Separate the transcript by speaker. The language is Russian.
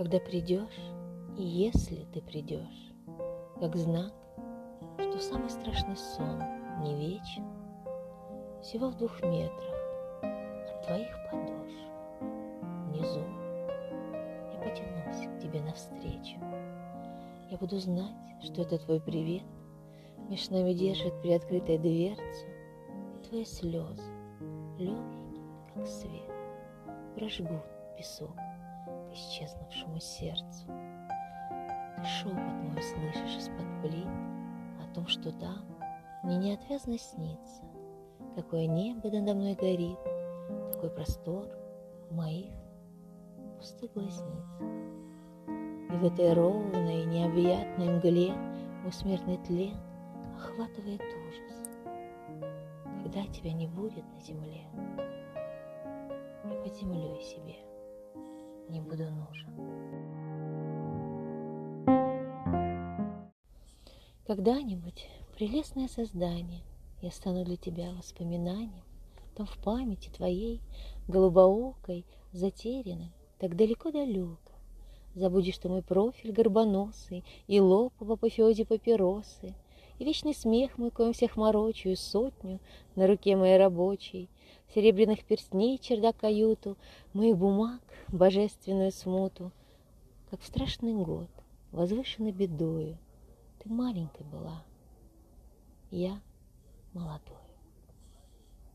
Speaker 1: Когда придешь, и если ты придешь, как знак, что самый страшный сон не вечен, всего в 2 метрах от твоих подошв внизу я потянусь к тебе навстречу. Я буду знать, что это твой привет меж нами держит приоткрытой дверцу, и твои слезы, легкие, как свет, прожгут песок к исчезнувшему сердцу. Ты шепот мой слышишь из-под плит о том, что там мне неотвязно снится, какое небо надо мной горит, какой простор в моих пустых глазниц. И в этой ровной, необъятной мгле мой смертный тлен охватывает ужас. Когда тебя не будет на земле, я под землей себе не буду нужен. Когда-нибудь, прелестное создание, я стану для тебя воспоминанием, там в памяти твоей, голубоокой, затерянным, так далеко-далеко. Забудешь ты мой профиль горбоносый, и лоб в апофеозе папиросы, и вечный смех мой, коим всех морочу, и сотню на руке моей рабочей, серебряных перстней чердак каюту, моих бумаг божественную смуту. Как в страшный год, возвышенный бедою, ты маленькой была, я молодой.